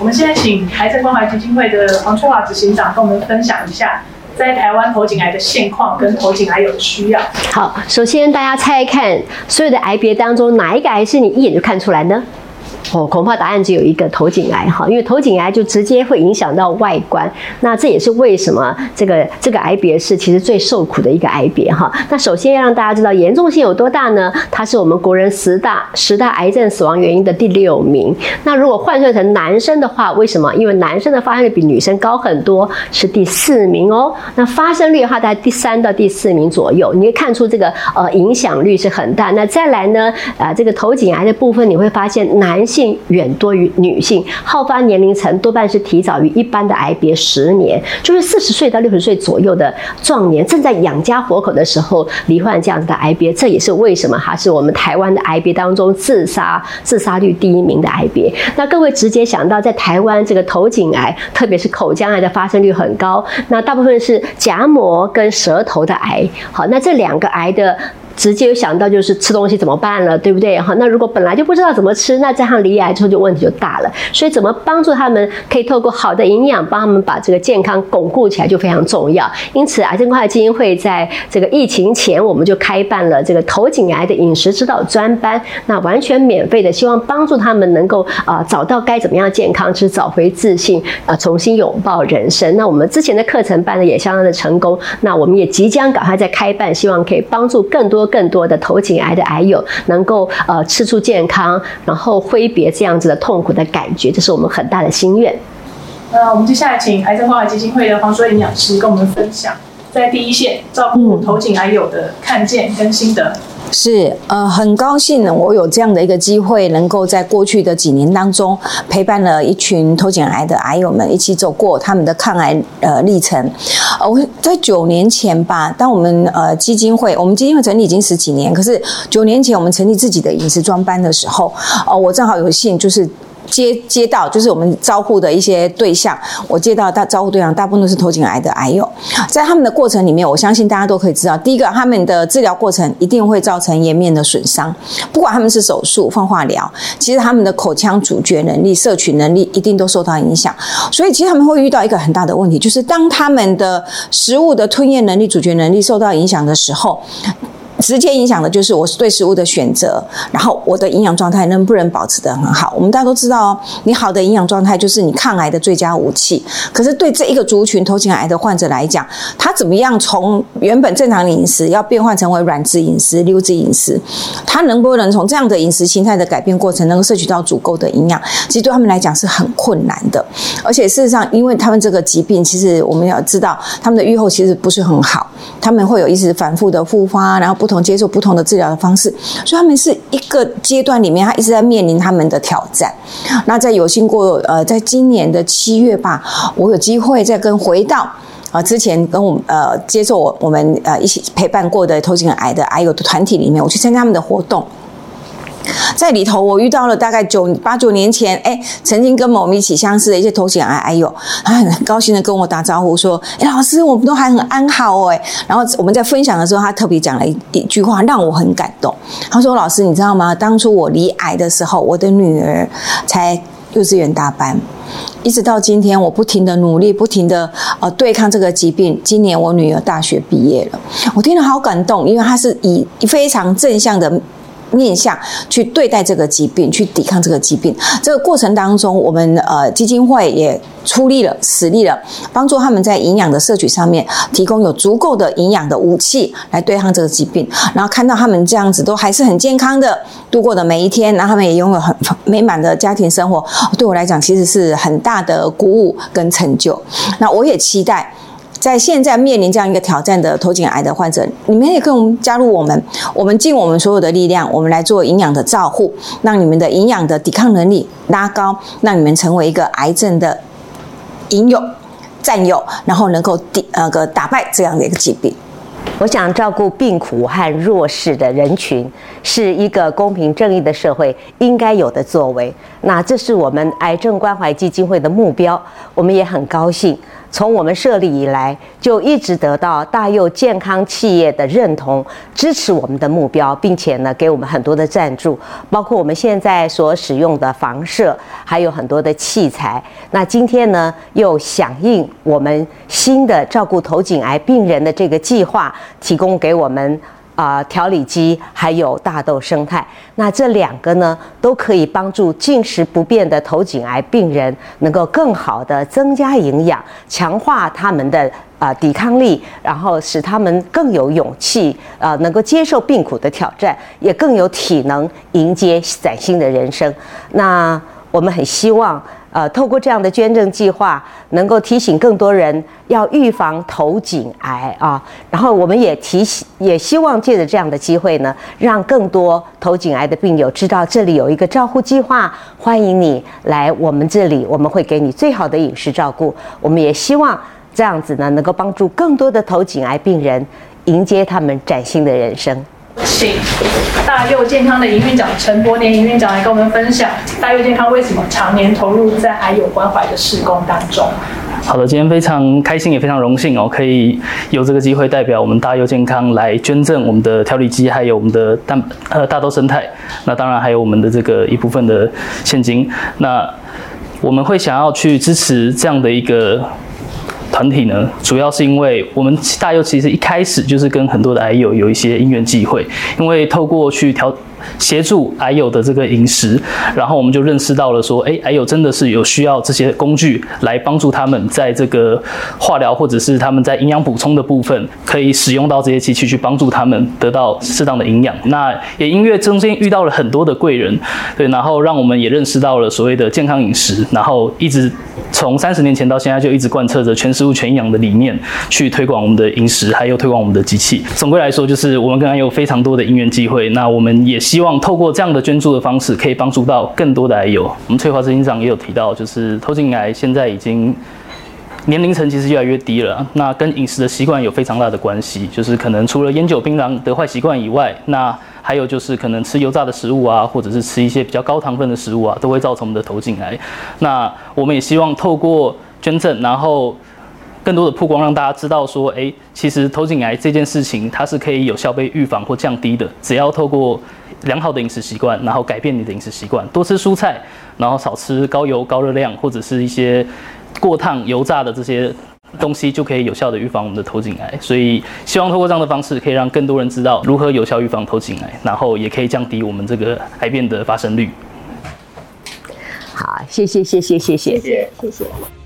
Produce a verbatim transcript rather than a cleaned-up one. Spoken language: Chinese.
我们现在请癌症关怀基金会的黄春华执行长跟我们分享一下在台湾头颈癌的现况跟头颈癌友的需要。 好，首先大家猜看，所有的癌别当中，哪一个癌是你一眼就看出来呢？哦，恐怕答案只有一个头颈癌哈，因为头颈癌就直接会影响到外观，那这也是为什么这个这个癌别是其实最受苦的一个癌别哈。那首先要让大家知道严重性有多大呢？它是我们国人十大十大癌症死亡原因的第六名。那如果换算成男生的话，为什么？因为男生的发生率比女生高很多，是第四名哦。那发生率的话，在第三到第四名左右，你可以看出这个呃影响率是很大。那再来呢，啊、呃、这个头颈癌的部分，你会发现男性远多于女性，好发年龄层多半是提早于一般的癌别十年，就是四十岁到六十岁左右的壮年，正在养家活口的时候罹患这样子的癌别，这也是为什么它是我们台湾的癌别当中自杀自杀率第一名的癌别。那各位直接想到，在台湾这个头颈癌，特别是口腔癌的发生率很高，那大部分是夹膜跟舌头的癌。好，那这两个癌的直接有想到就是吃东西怎么办了，对不对？好，那如果本来就不知道怎么吃，那这样罹癌之后就问题就大了。所以怎么帮助他们可以透过好的营养帮他们把这个健康巩固起来就非常重要。因此癌症关怀基金会在这个疫情前我们就开办了这个头颈癌的饮食指导专班，那完全免费的，希望帮助他们能够啊、呃、找到该怎么样健康吃，找回自信，啊、呃、重新拥抱人生。那我们之前的课程办的也相当的成功，那我们也即将赶快再开办，希望可以帮助更多更多的头颈癌的癌友能够呃吃出健康，然后挥别这样子的痛苦的感觉，这是我们很大的心愿。 那我们接下来请癌症关怀基金会的黄淑惠营养师跟我们分享在第一线照顾头颈癌友的看见跟心得。 是，呃，很高兴呢，我有这样的一个机会，能够在过去的几年当中陪伴了一群头颈癌的癌友们一起走过他们的抗癌呃历程。呃，我在九年前吧，当我们呃基金会，我们基金会成立已经十几年，可是九年前我们成立自己的饮食专班的时候，呃，我正好有幸就是。接接到就是我们照护的一些对象，我接到大照护对象大部分都是头颈癌的癌友，在他们的过程里面，我相信大家都可以知道，第一个他们的治疗过程一定会造成颜面的损伤，不管他们是手术、放化疗，其实他们的口腔咀嚼能力、摄取能力一定都受到影响，所以其实他们会遇到一个很大的问题，就是当他们的食物的吞咽能力、咀嚼能力受到影响的时候。直接影响的就是我对食物的选择，然后我的营养状态能不能保持得很好。我们大家都知道哦，你好的营养状态就是你抗癌的最佳武器。可是对这一个族群头颈癌的患者来讲，他怎么样从原本正常的饮食要变换成为软质饮食、流质饮食，他能不能从这样的饮食形态的改变过程能够摄取到足够的营养，其实对他们来讲是很困难的。而且事实上，因为他们这个疾病，其实我们要知道他们的预后其实不是很好，他们会有一直反复的复发，然后不同接受不同的治疗的方式，所以他们是一个阶段里面，他一直在面临他们的挑战。那在有幸过呃，在今年的七月吧，我有机会再跟回到。呃，之前跟我们呃接受我我们呃一起陪伴过的头颈癌的癌友的团体里面，我去参加他们的活动。在里头，我遇到了大概九八九年前，哎，曾经跟我们一起相识的一些头颈癌癌友，他很高兴的跟我打招呼说：“哎，老师，我们都还很安好哦。”哎，然后我们在分享的时候，他特别讲了一一句话，让我很感动。他说：“老师，你知道吗？当初我罹癌的时候，我的女儿才幼稚园大班。”一直到今天，我不停的努力，不停的呃对抗这个疾病。今年我女儿大学毕业了，我听了好感动，因为她是以非常正向的面向去对待这个疾病，去抵抗这个疾病。这个过程当中，我们呃基金会也出力了、实力了，帮助他们在营养的摄取上面提供有足够的营养的武器来对抗这个疾病。然后看到他们这样子都还是很健康的度过的每一天，然后他们也拥有很美满的家庭生活，对我来讲其实是很大的鼓舞跟成就。那我也期待。在现在面临这样一个挑战的头颈癌的患者，你们也可以加入我们，我们尽我们所有的力量，我们来做营养的照护，让你们的营养的抵抗能力拉高，让你们成为一个癌症的营友、战友，然后能够抵呃个打败这样的一个疾病。 我想照顾病苦和弱势的人群，是一个公平正义的社会应该有的作为。那这是我们癌症关怀基金会的目标。我们也很高兴， 从我们设立以来，就一直得到大佑健康企业的认同，支持我们的目标，并且呢，给我们很多的赞助，包括我们现在所使用的房舍，还有很多的器材。那今天呢，又响应我们新的照顾头颈癌病人的这个计划，提供给我们啊、呃、调理机还有大豆生态。那这两个呢，都可以帮助进食不便的头颈癌病人能够更好的增加营养，强化他们的啊、呃、抵抗力，然后使他们更有勇气啊、呃、能够接受病苦的挑战，也更有体能迎接崭新的人生。那我们很希望呃，透过这样的捐赠计划，能够提醒更多人要预防头颈癌啊。然后我们也提醒，也希望借着这样的机会呢，让更多头颈癌的病友知道这里有一个照护计划，欢迎你来我们这里，我们会给你最好的饮食照顾。我们也希望这样子呢，能够帮助更多的头颈癌病人迎接他们崭新的人生。 请大佑健康的营运长陈柏年营运长来跟我们分享大佑健康为什么常年投入在癌友关怀的事工当中。 好的，今天非常开心，也非常荣幸哦，可以有这个机会代表我们大佑健康来捐赠我们的调理机，还有我们的蛋呃大豆生态，那当然还有我们的这个一部分的现金。那我们会想要去支持这样的一个团体呢，主要是因为我们大佑其实一开始就是跟很多的癌友有一些因缘际会，因为透过去调协助癌友的这个饮食，然后我们就认识到了说，哎，癌友真的是有需要这些工具来帮助他们在这个化疗或者是他们在营养补充的部分，可以使用到这些机器去帮助他们得到适当的营养。那也因为中间遇到了很多的贵人，对，然后让我们也认识到了所谓的健康饮食，然后一直从三十年前到现在就一直贯彻着全食物全营养的理念去推广我们的饮食，还有推广我们的机器。总归来说，就是我们跟癌友非常多的因缘机会，那我们也希望透过这样的捐助的方式，可以帮助到更多的癌友。我们翠华执行长也有提到，就是头颈癌现在已经年龄层其实越来越低了，那跟饮食的习惯有非常大的关系，就是可能除了烟酒槟榔的坏习惯以外，那还有就是可能吃油炸的食物啊，或者是吃一些比较高糖分的食物啊，都会造成我们的头颈癌。那我们也希望透过捐赠，然后更多的曝光，让大家知道说，哎，其实头颈癌这件事情它是可以有效被预防或降低的，只要透过良好的饮食习惯，然后改变你的饮食习惯，多吃蔬菜，然后少吃高油高热量或者是一些过烫油炸的这些东西，就可以有效的预防我们的头颈癌。所以希望透过这样的方式，可以让更多人知道如何有效预防头颈癌，然后也可以降低我们这个癌变的发生率。 好，谢谢谢谢谢谢谢谢谢谢。